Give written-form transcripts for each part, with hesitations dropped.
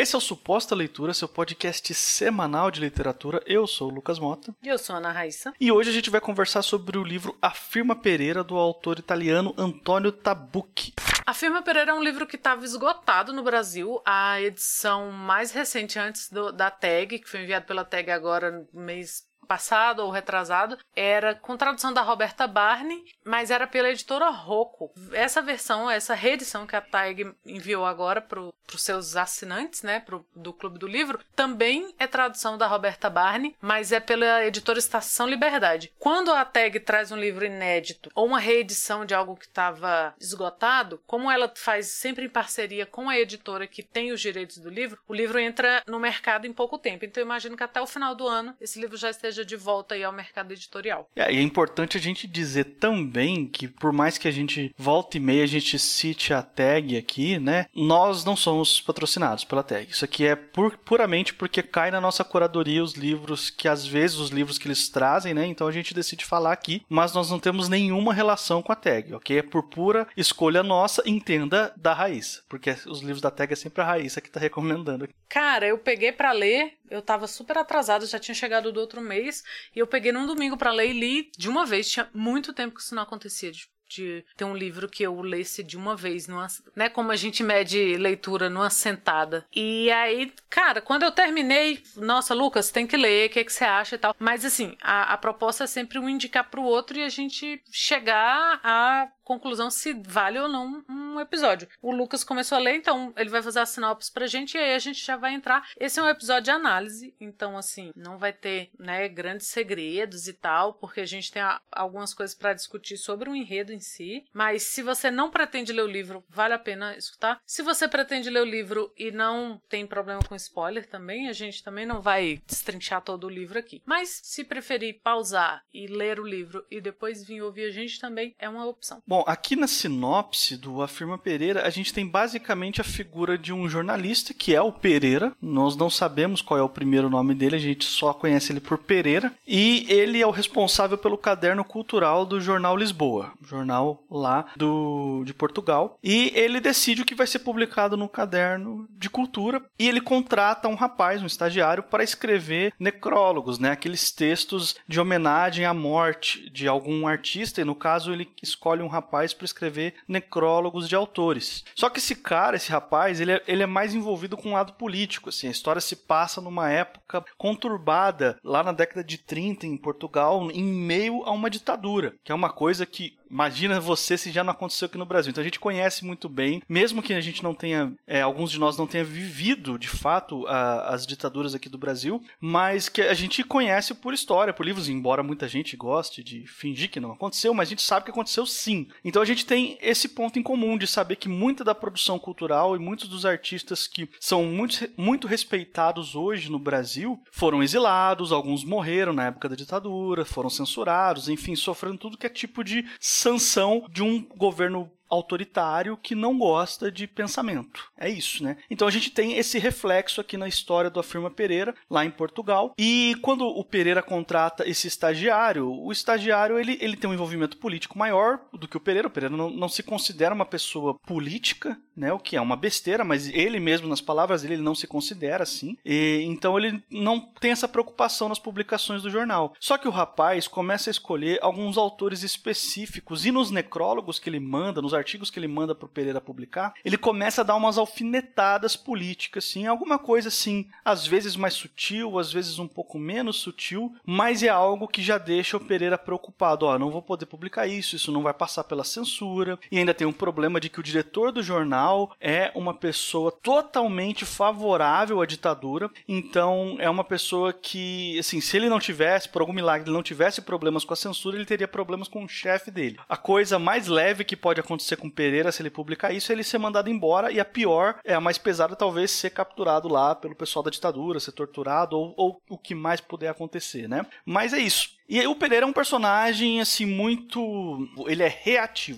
Esse é o Suposta Leitura, seu podcast semanal de literatura. Eu sou o Lucas Mota. E eu sou a Ana Raissa. E hoje a gente vai conversar sobre o livro A Firma Pereira, do autor italiano Antonio Tabucchi. A Firma Pereira é um livro que estava esgotado no Brasil. A edição mais recente antes da TAG, que foi enviada pela TAG agora no mês passado ou retrasado, era com tradução da Roberta Barney, mas era pela editora Rocco. Essa versão, essa reedição que a TAG enviou agora para os seus assinantes, né, do Clube do Livro, também é tradução da Roberta Barney, mas é pela editora Estação Liberdade. Quando a TAG traz um livro inédito ou uma reedição de algo que estava esgotado, como ela faz sempre em parceria com a editora que tem os direitos do livro, o livro entra no mercado em pouco tempo. Então eu imagino que até o final do ano esse livro já esteja de volta aí ao mercado editorial. E é importante a gente dizer também que, por mais que a gente volta e meia a gente cite a TAG aqui, né, nós não somos patrocinados pela TAG. Isso aqui é puramente porque cai na nossa curadoria os livros que, às vezes, os livros que eles trazem, né, então a gente decide falar aqui, mas nós não temos nenhuma relação com a TAG, ok? É por pura escolha nossa, entenda, da Raíssa, porque os livros da TAG é sempre a Raíssa que tá recomendando aqui. Cara, eu peguei pra ler, eu tava super atrasada, já tinha chegado do outro mês, e eu peguei num domingo pra ler e li de uma vez. Tinha muito tempo que isso não acontecia, de ter um livro que eu lesse de uma vez, né, como a gente mede leitura numa sentada. E aí, cara, quando eu terminei, nossa, Lucas, tem que ler, o que você acha e tal. Mas assim, a proposta é sempre um indicar pro outro e a gente chegar a conclusão se vale ou não um episódio. O Lucas começou a ler, então ele vai fazer a sinopse pra gente e aí a gente já vai entrar. Esse é um episódio de análise, então assim, não vai ter, né, grandes segredos e tal, porque a gente tem algumas coisas pra discutir sobre o enredo em si, mas se você não pretende ler o livro, vale a pena escutar. Se você pretende ler o livro e não tem problema com spoiler também, a gente também não vai destrinchar todo o livro aqui. Mas se preferir pausar e ler o livro e depois vir ouvir a gente também é uma opção. Bom, aqui na sinopse do A Firma Pereira, a gente tem basicamente a figura de um jornalista, que é o Pereira. Nós não sabemos qual é o primeiro nome dele, a gente só conhece ele por Pereira. E ele é o responsável pelo caderno cultural do Jornal Lisboa, jornal lá de Portugal. E ele decide o que vai ser publicado no caderno de cultura. E ele contrata um rapaz, um estagiário, para escrever necrólogos, né? Aqueles textos de homenagem à morte de algum artista. E no caso, ele escolhe um rapaz para escrever necrólogos de autores. Só que esse rapaz, ele é mais envolvido com o lado político, assim. A história se passa numa época conturbada, lá na década de 30 em Portugal, em meio a uma ditadura, que é uma coisa que, imagina você se já não aconteceu aqui no Brasil. Então a gente conhece muito bem, mesmo que a gente não tenha, alguns de nós não tenha vivido, de fato, as ditaduras aqui do Brasil, mas que a gente conhece por história, por livros, embora muita gente goste de fingir que não aconteceu, mas a gente sabe que aconteceu sim. Então a gente tem esse ponto em comum de saber que muita da produção cultural e muitos dos artistas que são muito respeitados hoje no Brasil foram exilados, alguns morreram na época da ditadura, foram censurados, enfim, sofrendo tudo que é tipo de sanção de um governo autoritário que não gosta de pensamento. É isso, né? Então a gente tem esse reflexo aqui na história do A Firma Pereira, lá em Portugal. E quando o Pereira contrata esse estagiário, o estagiário ele tem um envolvimento político maior do que o Pereira. O Pereira não se considera uma pessoa política, né? O que é uma besteira, mas ele mesmo, nas palavras dele, ele não se considera assim. E, então ele não tem essa preocupação nas publicações do jornal. Só que o rapaz começa a escolher alguns autores específicos e nos necrólogos que ele manda, nos artigos que ele manda pro Pereira publicar, ele começa a dar umas alfinetadas políticas, assim, alguma coisa assim, às vezes mais sutil, às vezes um pouco menos sutil, mas é algo que já deixa o Pereira preocupado. Ó, não vou poder publicar isso não vai passar pela censura, e ainda tem um problema de que o diretor do jornal é uma pessoa totalmente favorável à ditadura, então é uma pessoa que, assim, se ele não tivesse, por algum milagre, ele não tivesse problemas com a censura, ele teria problemas com o chefe dele. A coisa mais leve que pode acontecer com o Pereira, se ele publicar isso, é ele ser mandado embora, e a pior, a mais pesada, talvez ser capturado lá pelo pessoal da ditadura, ser torturado, ou o que mais puder acontecer, né? Mas é isso. E aí o Pereira é um personagem, assim, muito... ele é reativo.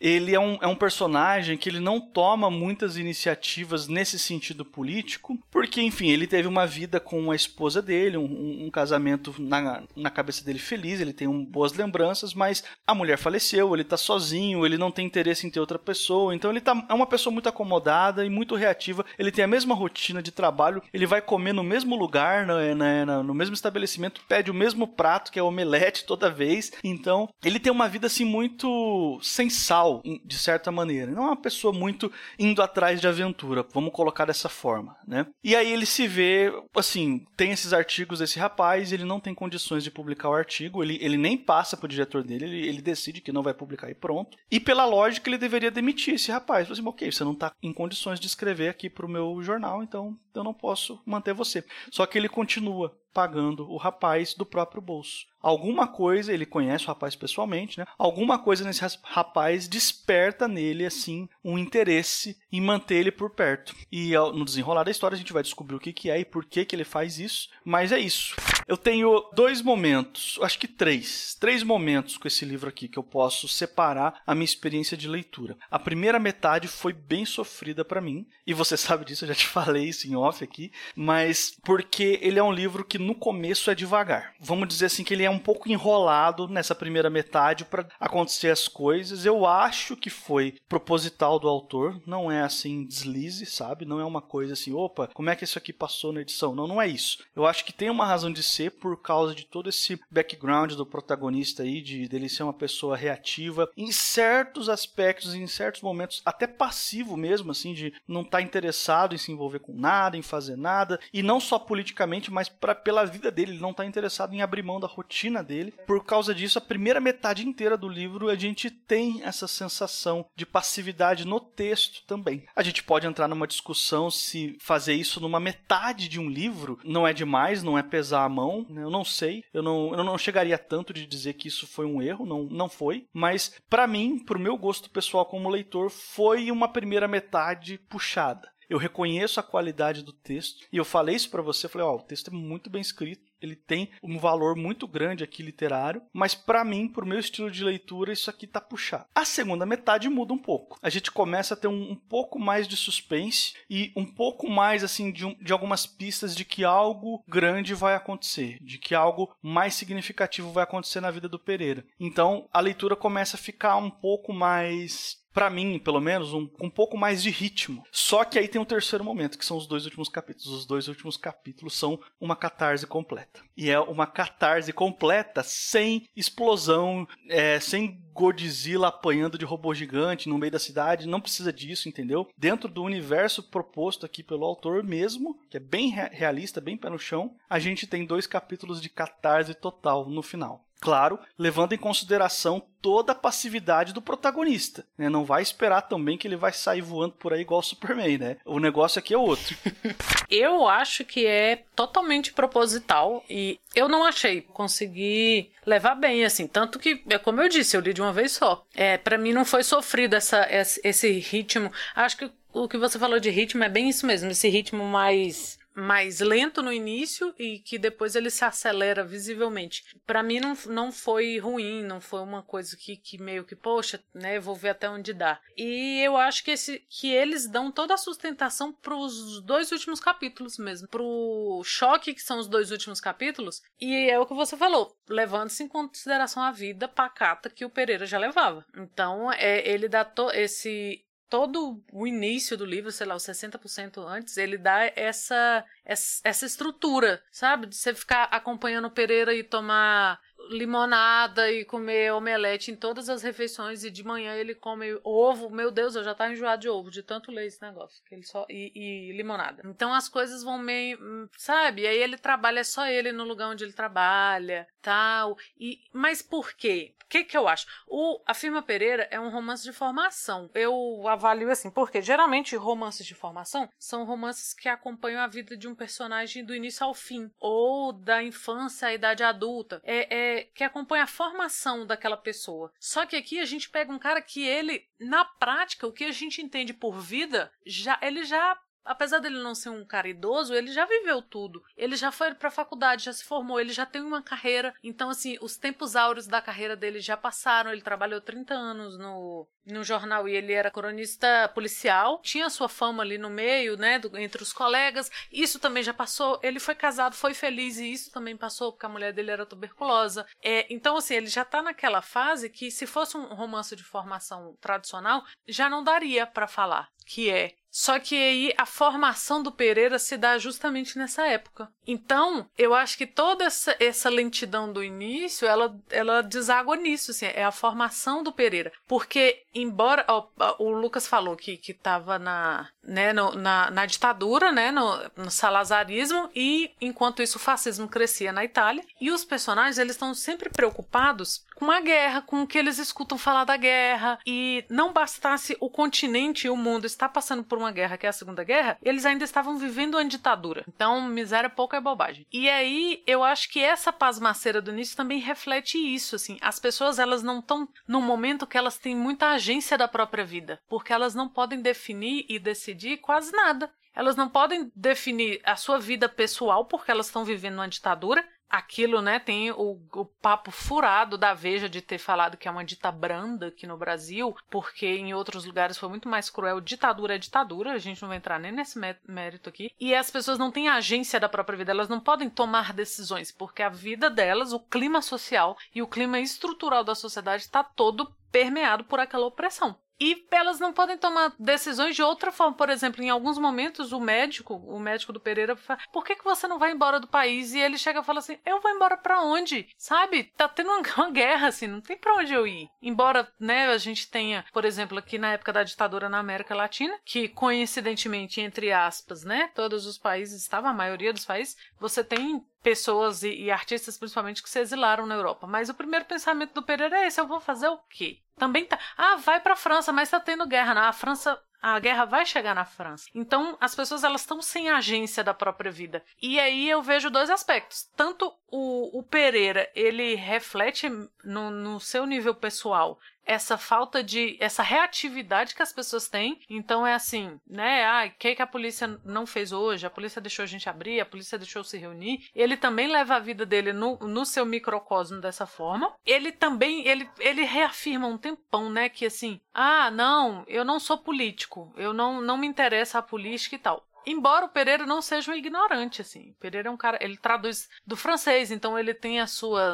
ele é um personagem que ele não toma muitas iniciativas nesse sentido político, porque, enfim, ele teve uma vida com a esposa dele, um casamento na cabeça dele feliz, ele tem boas lembranças, mas a mulher faleceu, ele tá sozinho, ele não tem interesse em ter outra pessoa, então é uma pessoa muito acomodada e muito reativa, ele tem a mesma rotina de trabalho, ele vai comer no mesmo lugar, no mesmo estabelecimento, pede o mesmo prato, que é omelete toda vez, então ele tem uma vida assim muito sem sal, de certa maneira, não é uma pessoa muito indo atrás de aventura, vamos colocar dessa forma, né? E aí ele se vê, assim, tem esses artigos desse rapaz, ele não tem condições de publicar o artigo, ele nem passa pro diretor dele, ele decide que não vai publicar e pronto, e pela lógica ele deveria demitir esse rapaz, assim, ok, você não tá em condições de escrever aqui pro meu jornal, então eu não posso manter você. Só que ele continua pagando o rapaz do próprio bolso. Alguma coisa, ele conhece o rapaz pessoalmente, né? Alguma coisa nesse rapaz desperta nele, assim, um interesse em manter ele por perto. E no desenrolar da história a gente vai descobrir o que é e por que ele faz isso, mas é isso. Eu tenho 2 momentos, acho que 3 momentos com esse livro aqui que eu posso separar a minha experiência de leitura. A primeira metade foi bem sofrida para mim, e você sabe disso, eu já te falei isso em off aqui, mas porque ele é um livro que no começo é devagar. Vamos dizer assim que ele é um pouco enrolado nessa primeira metade para acontecer as coisas. Eu acho que foi proposital do autor, não é assim deslize, sabe? Não é uma coisa assim, opa, como é que isso aqui passou na edição? Não é isso. Eu acho que tem uma razão de ser por causa de todo esse background do protagonista aí, dele ser uma pessoa reativa, em certos aspectos, em certos momentos, até passivo mesmo, assim, de não estar interessado em se envolver com nada, em fazer nada, e não só politicamente, mas pela vida dele, ele não está interessado em abrir mão da rotina dele. Por causa disso, a primeira metade inteira do livro, a gente tem essa sensação de passividade no texto também. A gente pode entrar numa discussão se fazer isso numa metade de um livro não é demais, não é pesar a mão, né? Eu não sei, eu não chegaria tanto de dizer que isso foi um erro, não foi, mas para mim, pro meu gosto pessoal como leitor, foi uma primeira metade puxada. Eu reconheço a qualidade do texto, e eu falei isso pra você, falei, o texto é muito bem escrito, ele tem um valor muito grande aqui literário, mas pra mim, pro meu estilo de leitura, isso aqui tá puxado. A segunda metade muda um pouco. A gente começa a ter um pouco mais de suspense e um pouco mais, assim, de algumas pistas de que algo grande vai acontecer, de que algo mais significativo vai acontecer na vida do Pereira. Então, a leitura começa a ficar um pouco mais... Pra mim, pelo menos, um pouco mais de ritmo. Só que aí tem um terceiro momento, que são os 2 últimos capítulos. Os 2 últimos capítulos são uma catarse completa. E é uma catarse completa sem explosão, sem Godzilla apanhando de robô gigante no meio da cidade. Não precisa disso, entendeu? Dentro do universo proposto aqui pelo autor mesmo, que é bem realista, bem pé no chão, a gente tem 2 capítulos de catarse total no final. Claro, levando em consideração toda a passividade do protagonista, né? Não vai esperar também que ele vai sair voando por aí igual o Superman, né? O negócio aqui é outro. Eu acho que é totalmente proposital e eu não achei. Consegui levar bem, assim. Tanto que, como eu disse, eu li de uma vez só. Pra mim não foi sofrido esse ritmo. Acho que o que você falou de ritmo é bem isso mesmo. Esse ritmo mais lento no início e que depois ele se acelera visivelmente. Pra mim não foi ruim, não foi uma coisa que meio que, poxa, né, vou ver até onde dá. E eu acho que eles dão toda a sustentação pros 2 últimos capítulos mesmo, pro choque que são os 2 últimos capítulos, e é o que você falou, levando-se em consideração a vida pacata que o Pereira já levava. Então, ele dá todo o início do livro, sei lá, os 60% antes, ele dá essa estrutura, sabe? De você ficar acompanhando o Pereira e tomar limonada e comer omelete em todas as refeições, e de manhã ele come ovo. Meu Deus, eu já tava enjoado de ovo, de tanto ler esse negócio. Que ele e limonada. Então as coisas vão meio, sabe? E aí ele trabalha, é só ele no lugar onde ele trabalha, tal. Mas por quê? O que eu acho? A Firma Pereira é um romance de formação. Eu avalio assim, porque geralmente romances de formação são romances que acompanham a vida de um personagem do início ao fim, ou da infância à idade adulta. Que acompanha a formação daquela pessoa. Só que aqui a gente pega um cara que ele, na prática, o que a gente entende por vida, ele já apesar dele não ser um cara idoso, ele já viveu tudo. Ele já foi pra faculdade, já se formou, ele já tem uma carreira. Então, assim, os tempos áureos da carreira dele já passaram. Ele trabalhou 30 anos no jornal e ele era cronista policial. Tinha sua fama ali no meio, né, entre os colegas. Isso também já passou. Ele foi casado, foi feliz e isso também passou, porque a mulher dele era tuberculosa. Então, assim, ele já tá naquela fase que, se fosse um romance de formação tradicional, já não daria pra falar, Só que aí a formação do Pereira se dá justamente nessa época. Então, eu acho que toda essa lentidão do início, ela deságua nisso, assim, é a formação do Pereira. Porque, embora o Lucas falou que estava na ditadura, né, no salazarismo, e enquanto isso o fascismo crescia na Itália, e os personagens, eles estão sempre preocupados com a guerra, com o que eles escutam falar da guerra, e não bastasse o continente e o mundo estar passando por uma guerra, que é a Segunda Guerra, eles ainda estavam vivendo uma ditadura. Então, miséria pouco é bobagem. E aí, eu acho que essa pasmaceira do início também reflete isso, assim. As pessoas, elas não estão num momento que elas têm muita agência da própria vida, porque elas não podem definir e decidir quase nada. Elas não podem definir a sua vida pessoal, porque elas estão vivendo uma ditadura. Aquilo, né, tem o papo furado da Veja de ter falado que é uma dita branda aqui no Brasil, porque em outros lugares foi muito mais cruel. Ditadura é ditadura, a gente não vai entrar nem nesse mérito aqui. E as pessoas não têm agência da própria vida, elas não podem tomar decisões, porque a vida delas, o clima social e o clima estrutural da sociedade está todo permeado por aquela opressão. E elas não podem tomar decisões de outra forma. Por exemplo, em alguns momentos, o médico do Pereira fala: por que você não vai embora do país? E ele chega e fala assim: eu vou embora pra onde? Sabe? Tá tendo uma guerra, assim, não tem pra onde eu ir. Embora, né, a gente tenha, por exemplo, aqui na época da ditadura na América Latina, que coincidentemente, entre aspas, né, todos os países estavam, a maioria dos países, você tem pessoas e artistas, principalmente, que se exilaram na Europa. Mas o primeiro pensamento do Pereira é esse: eu vou fazer o quê? Também tá. Vai pra França, mas tá tendo guerra. A guerra vai chegar na França. Então, as pessoas, elas estão sem agência da própria vida. E aí eu vejo dois aspectos. Tanto o Pereira, ele reflete no seu nível pessoal essa falta essa reatividade que as pessoas têm. Então é assim, né? O que a polícia não fez hoje? A polícia deixou a gente abrir, a polícia deixou se reunir. Ele também leva a vida dele no seu microcosmo dessa forma. Ele também, ele reafirma um tempão, né? Que assim, não, eu não sou político, eu não me interessa a política e tal. Embora o Pereira não seja um ignorante, assim. O Pereira é um cara, ele traduz do francês, então ele tem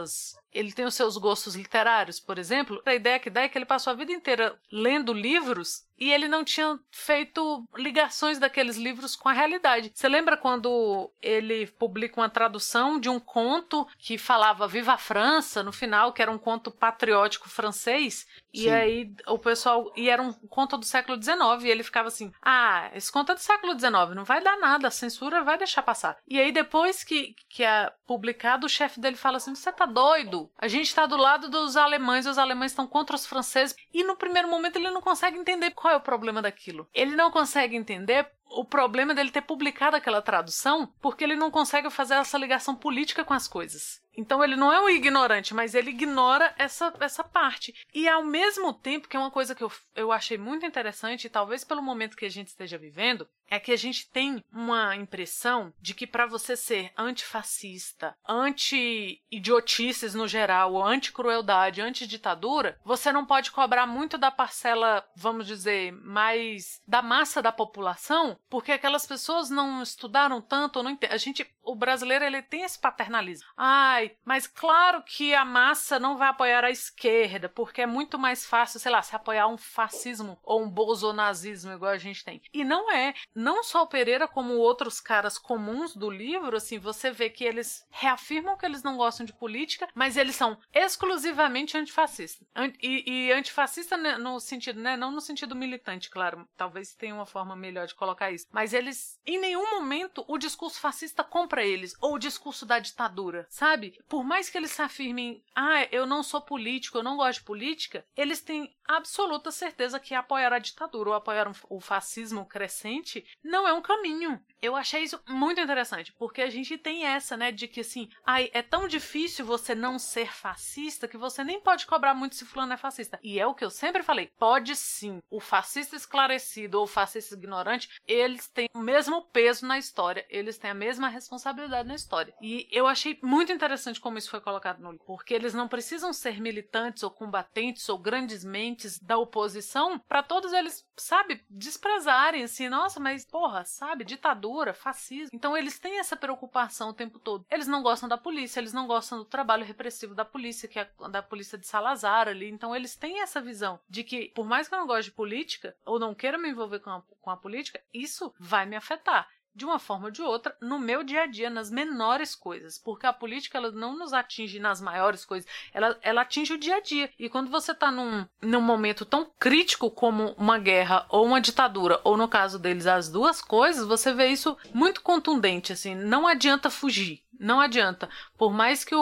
os seus gostos literários, por exemplo. A ideia que dá é que ele passou a vida inteira lendo livros e ele não tinha feito ligações daqueles livros com a realidade. Você lembra quando ele publica uma tradução de um conto que falava Viva a França, no final, que era um conto patriótico francês? Sim. E aí o pessoal... E era um conto do século XIX, e ele ficava assim: esse conto é do século XIX, não vai dar nada, a censura vai deixar passar. E aí depois que é publicado, o chefe dele fala assim: você tá doido? A gente tá do lado dos alemães, os alemães estão contra os franceses. E no primeiro momento ele não consegue entender qual é o problema daquilo. Ele não consegue entender o problema dele ter publicado aquela tradução, porque ele não consegue fazer essa ligação política com as coisas. Então ele não é um ignorante, mas ele ignora essa parte. E ao mesmo tempo, que é uma coisa que eu achei muito interessante, e talvez pelo momento que a gente esteja vivendo, é que a gente tem uma impressão de que para você ser antifascista, anti-idiotices no geral, anti-crueldade, anti-ditadura, você não pode cobrar muito da parcela, vamos dizer, mais da massa da população, porque aquelas pessoas não estudaram tanto, não entendem. O brasileiro, ele tem esse paternalismo. Mas claro que a massa não vai apoiar a esquerda, porque é muito mais fácil, sei lá, se apoiar um fascismo ou um bolsonazismo igual a gente tem. E não é. Não só o Pereira, como outros caras comuns do livro, assim, você vê que eles reafirmam que eles não gostam de política, mas eles são exclusivamente antifascistas. E antifascista no sentido, né, não no sentido militante, claro, talvez tenha uma forma melhor de colocar isso, mas eles, em nenhum momento, o discurso fascista compra eles, ou o discurso da ditadura, sabe? por mais que eles se afirmem, eu não sou político, eu não gosto de política, eles têm absoluta certeza que apoiar a ditadura ou apoiar o fascismo crescente não é um caminho. Eu achei isso muito interessante, porque a gente tem essa, né, de que assim, é tão difícil você não ser fascista que você nem pode cobrar muito se fulano é fascista. E é o que eu sempre falei, pode sim. O fascista esclarecido ou o fascista ignorante, eles têm o mesmo peso na história, eles têm a mesma responsabilidade na história. E eu achei muito interessante como isso foi colocado no livro, porque eles não precisam ser militantes ou combatentes ou grandes mentes da oposição para todos eles, sabe, desprezarem assim, nossa, mas porra, sabe, ditadura, fascismo. Então eles têm essa preocupação o tempo todo. Eles não gostam da polícia, eles não gostam do trabalho repressivo da polícia, que é da polícia de Salazar ali. Então eles têm essa visão de que, por mais que eu não goste de política, ou não queira me envolver com a política, isso vai me afetar. De uma forma ou de outra, no meu dia a dia, nas menores coisas. Porque a política, ela não nos atinge nas maiores coisas. Ela atinge o dia a dia. E quando você está num momento tão crítico como uma guerra ou uma ditadura, ou no caso deles, as duas coisas, você vê isso muito contundente, assim. Não adianta fugir. Não adianta. Por mais que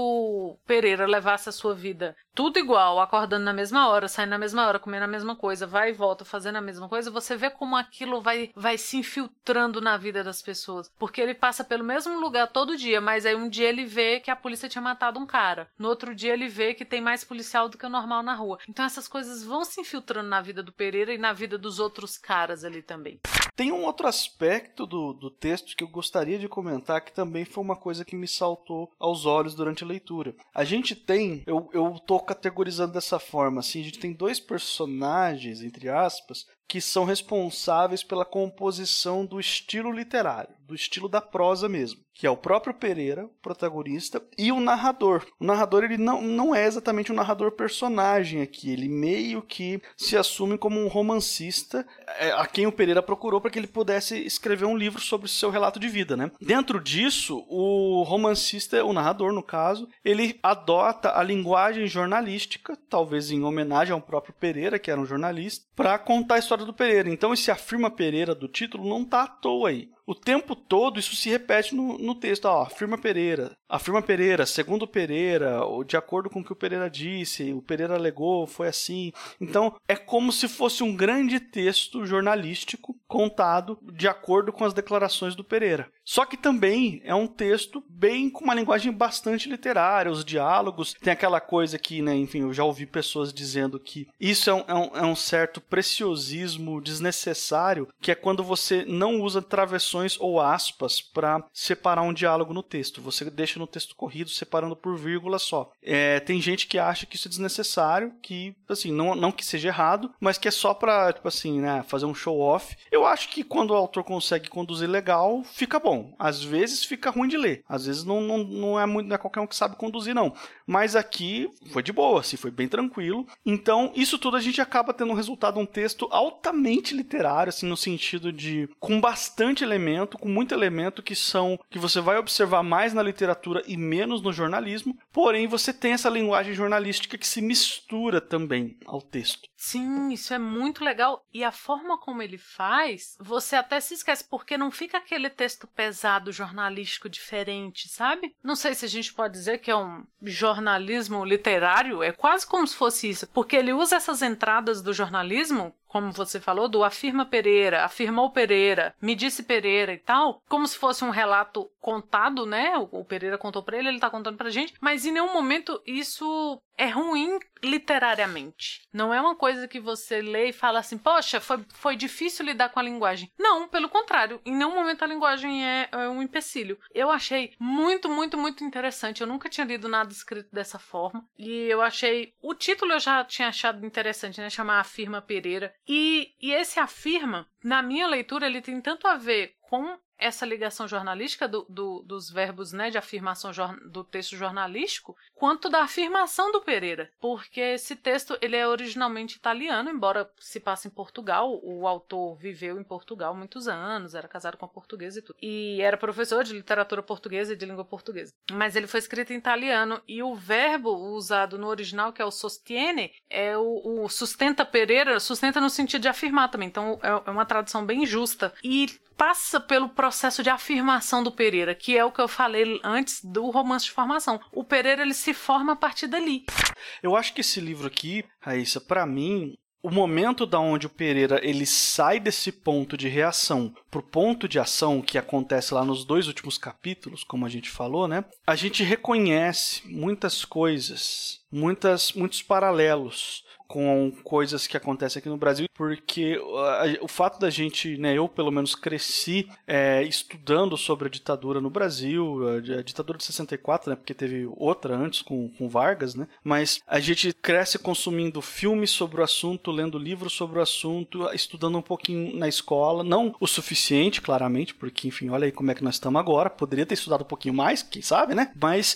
o Pereira levasse a sua vida tudo igual, acordando na mesma hora, saindo na mesma hora, comendo a mesma coisa, vai e volta fazendo a mesma coisa, você vê como aquilo vai se infiltrando na vida das pessoas. Porque ele passa pelo mesmo lugar todo dia, mas aí um dia ele vê que a polícia tinha matado um cara. No outro dia ele vê que tem mais policial do que o normal na rua. Então essas coisas vão se infiltrando na vida do Pereira e na vida dos outros caras ali também. Tem um outro aspecto do texto que eu gostaria de comentar, que também foi uma coisa que me saltou aos olhos durante a leitura. A gente tem, eu tô categorizando dessa forma, assim, a gente tem dois personagens, entre aspas, que são responsáveis pela composição do estilo literário, do estilo da prosa mesmo, que é o próprio Pereira, o protagonista, e o narrador. O narrador, ele não é exatamente um narrador personagem aqui, ele meio que se assume como um romancista, a quem o Pereira procurou para que ele pudesse escrever um livro sobre o seu relato de vida, né? Dentro disso, o romancista, o narrador no caso, ele adota a linguagem jornalística, talvez em homenagem ao próprio Pereira, que era um jornalista, para contar a história do Pereira. Então esse afirma Pereira do título não está à toa aí. O tempo todo isso se repete no texto. Afirma Pereira, segundo Pereira, de acordo com o que o Pereira disse, o Pereira alegou, foi assim. Então é como se fosse um grande texto jornalístico contado de acordo com as declarações do Pereira. Só que também é um texto bem com uma linguagem bastante literária, os diálogos, tem aquela coisa que, né, enfim, eu já ouvi pessoas dizendo que isso é um certo preciosismo desnecessário, que é quando você não usa travessões ou aspas para separar um diálogo no texto. Você deixa no texto corrido separando por vírgula só. Tem gente que acha que isso é desnecessário, que, assim, não que seja errado, mas que é só para, tipo assim, né, fazer um show-off. Eu acho que quando o autor consegue conduzir legal, fica bom. Às vezes fica ruim de ler. Às vezes não é qualquer um que sabe conduzir, não. Mas aqui foi de boa, assim, foi bem tranquilo. Então, isso tudo a gente acaba tendo um resultado, um texto altamente literário, assim, no sentido de, com bastante elemento, com muito elemento que você vai observar mais na literatura e menos no jornalismo, porém você tem essa linguagem jornalística que se mistura também ao texto. Sim, isso é muito legal. E a forma como ele faz, você até se esquece, porque não fica aquele texto pesado, jornalístico diferente, sabe? Não sei se a gente pode dizer que é um jornalismo literário, é quase como se fosse isso, porque ele usa essas entradas do jornalismo, como você falou, do afirma Pereira, afirmou Pereira, me disse Pereira e tal, como se fosse um relato contado, né? O Pereira contou pra ele tá contando pra gente, mas em nenhum momento isso é ruim literariamente. Não é uma coisa que você lê e fala assim, poxa, foi difícil lidar com a linguagem. Não, pelo contrário, em nenhum momento a linguagem é um empecilho. Eu achei muito, muito, muito interessante. Eu nunca tinha lido nada escrito dessa forma. E eu achei... O título eu já tinha achado interessante, né? Chamar Afirma Pereira. E esse afirma, na minha leitura, ele tem tanto a ver com essa ligação jornalística dos verbos, né, de afirmação do texto jornalístico, quanto da afirmação do Pereira. Porque esse texto ele é originalmente italiano, embora se passe em Portugal. O autor viveu em Portugal muitos anos, era casado com uma portuguesa e tudo. E era professor de literatura portuguesa e de língua portuguesa. Mas ele foi escrito em italiano e o verbo usado no original, que é o sostiene, é o sustenta Pereira, sustenta no sentido de afirmar também. Então é uma tradução bem justa. E passa pelo processo de afirmação do Pereira, que é o que eu falei antes do romance de formação. O Pereira, ele se forma a partir dali. Eu acho que esse livro aqui, Raíssa, pra mim, o momento da onde o Pereira ele sai desse ponto de reação pro ponto de ação que acontece lá nos 2 últimos capítulos, como a gente falou, né? A gente reconhece muitas coisas, muitos paralelos com coisas que acontecem aqui no Brasil, porque o fato da gente, né, eu pelo menos cresci estudando sobre a ditadura no Brasil, a ditadura de 64, né, porque teve outra antes com Vargas, né, mas a gente cresce consumindo filmes sobre o assunto, lendo livros sobre o assunto, estudando um pouquinho na escola, não o suficiente, claramente, porque, enfim, olha aí como é que nós estamos agora, poderia ter estudado um pouquinho mais, quem sabe, né, mas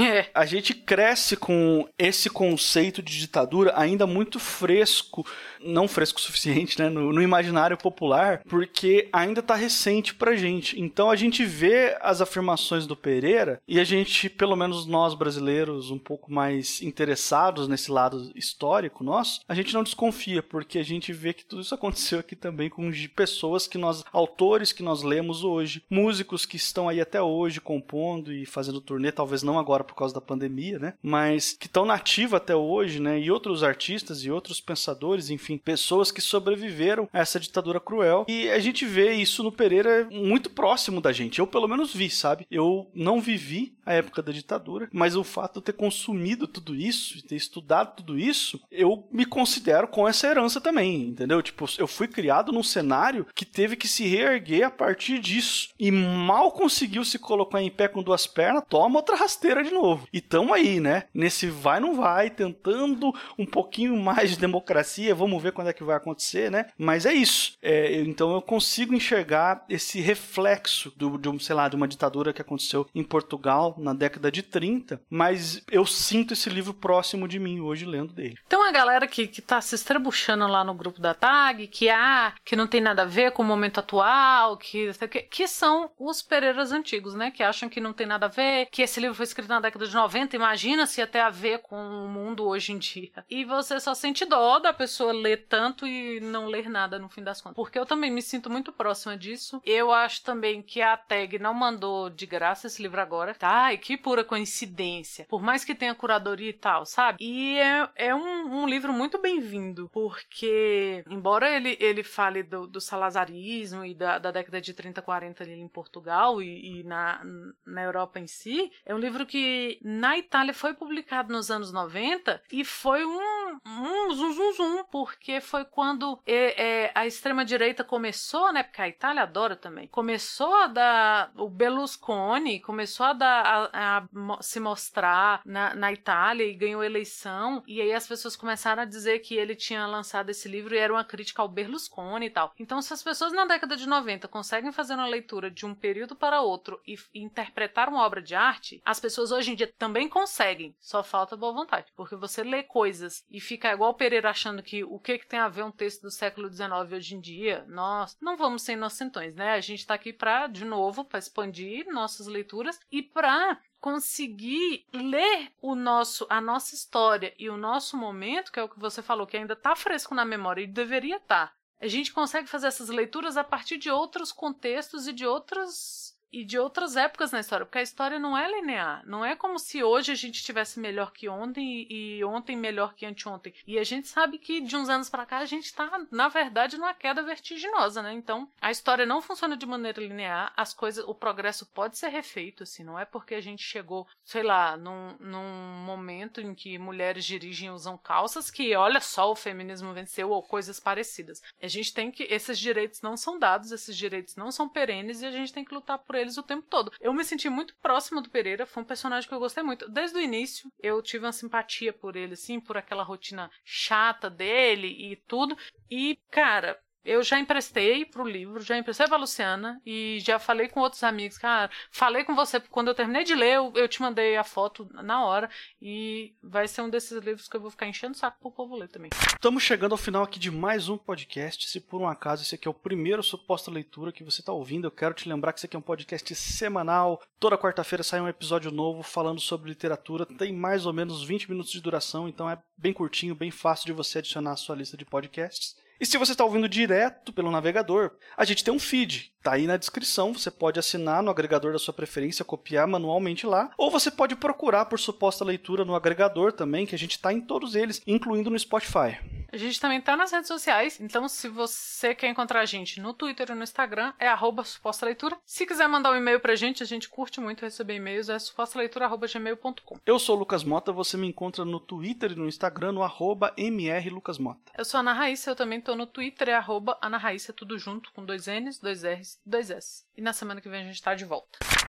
a gente cresce com esse conceito de ditadura ainda muito fresco, não fresco o suficiente, né, no imaginário popular, porque ainda tá recente pra gente. Então a gente vê as afirmações do Pereira e a gente, pelo menos nós brasileiros, um pouco mais interessados nesse lado histórico nosso, a gente não desconfia, porque a gente vê que tudo isso aconteceu aqui também com pessoas autores que nós lemos hoje, músicos que estão aí até hoje compondo e fazendo turnê, talvez não agora por causa da pandemia, né, mas que estão nativos até hoje, né, e outros artistas e outros pensadores, enfim, pessoas que sobreviveram a essa ditadura cruel. E a gente vê isso no Pereira muito próximo da gente. Eu, pelo menos, vi, sabe? Eu não vivi a época da ditadura, mas o fato de eu ter consumido tudo isso, de ter estudado tudo isso, eu me considero com essa herança também, entendeu? Tipo, eu fui criado num cenário que teve que se reerguer a partir disso. E mal conseguiu se colocar em pé com 2 pernas, toma outra rasteira de novo. E tamo aí, né? Nesse vai, não vai, tentando um pouquinho mais de democracia, vamos ver quando é que vai acontecer, né? Mas é isso. Então eu consigo enxergar esse reflexo de uma ditadura que aconteceu em Portugal na década de 30, mas eu sinto esse livro próximo de mim hoje lendo dele. Então a galera que tá se estrebuchando lá no grupo da TAG, que não tem nada a ver com o momento atual, que são os Pereiras antigos, né? Que acham que não tem nada a ver, que esse livro foi escrito na década de 90, imagina se ia ter a ver com o mundo hoje em dia. E você só sente dó da pessoa ler tanto e não ler nada no fim das contas. Porque eu também me sinto muito próxima disso. Eu acho também que a TAG não mandou de graça esse livro agora. Ai, que pura coincidência. Por mais que tenha curadoria e tal, sabe? E é um livro muito bem-vindo, porque embora ele fale do salazarismo e da década de 30, 40 ali em Portugal e na Europa em si, é um livro que na Itália foi publicado nos anos 90 e foi um zum, porque foi quando a extrema-direita começou, né, porque a Itália adora também, começou a dar, o Berlusconi começou a se mostrar na Itália e ganhou eleição, e aí as pessoas começaram a dizer que ele tinha lançado esse livro e era uma crítica ao Berlusconi e tal. Então, se as pessoas na década de 90 conseguem fazer uma leitura de um período para outro e interpretar uma obra de arte, as pessoas hoje em dia também conseguem, só falta boa vontade, porque você lê coisas e fica igual o Pereira achando que o que tem a ver um texto do século XIX hoje em dia, nós não vamos ser inocentões, né? A gente tá aqui de novo, para expandir nossas leituras e para conseguir ler a nossa história e o nosso momento, que é o que você falou, que ainda tá fresco na memória e deveria estar. A gente consegue fazer essas leituras a partir de outros contextos e de outras épocas na história, porque a história não é linear, não é como se hoje a gente estivesse melhor que ontem e ontem melhor que anteontem, e a gente sabe que de uns anos pra cá a gente tá, na verdade, numa queda vertiginosa, né? Então, a história não funciona de maneira linear, o progresso pode ser refeito, assim, não é porque a gente chegou, sei lá, num momento em que mulheres dirigem e usam calças que, olha só, o feminismo venceu ou coisas parecidas. A gente tem que, esses direitos não são dados, esses direitos não são perenes e a gente tem que lutar por eles o tempo todo. Eu me senti muito próxima do Pereira, foi um personagem que eu gostei muito. Desde o início, eu tive uma simpatia por ele, assim, por aquela rotina chata dele e tudo. E, cara, eu já emprestei pro livro, já emprestei pra Luciana e já falei com outros amigos, cara, falei com você, quando eu terminei de ler, eu te mandei a foto na hora e vai ser um desses livros que eu vou ficar enchendo o saco pro povo ler também. Estamos chegando ao final aqui de mais um podcast. Se por um acaso esse aqui é o primeiro suposta leitura que você está ouvindo, eu quero te lembrar que esse aqui é um podcast semanal. Toda quarta-feira sai um episódio novo falando sobre literatura. Tem mais ou menos 20 minutos de duração, então é bem curtinho, bem fácil de você adicionar à sua lista de podcasts. E se você está ouvindo direto pelo navegador, a gente tem um feed. Tá aí na descrição, você pode assinar no agregador da sua preferência, copiar manualmente lá, ou você pode procurar por Suposta Leitura no agregador também, que a gente tá em todos eles, incluindo no Spotify. A gente também tá nas redes sociais, então se você quer encontrar a gente no Twitter ou no Instagram, é @supostaleitura. Se quiser mandar um e-mail pra gente, a gente curte muito receber e-mails, é supostaleitura@gmail.com. Eu sou o Lucas Mota, você me encontra no Twitter e no Instagram no @mrlucasmota. Eu sou a Ana Raíssa, eu também tô no Twitter, é @Ana Raíssa, tudo junto, com 2 N's, 2 R's, 2 S. E na semana que vem a gente tá de volta.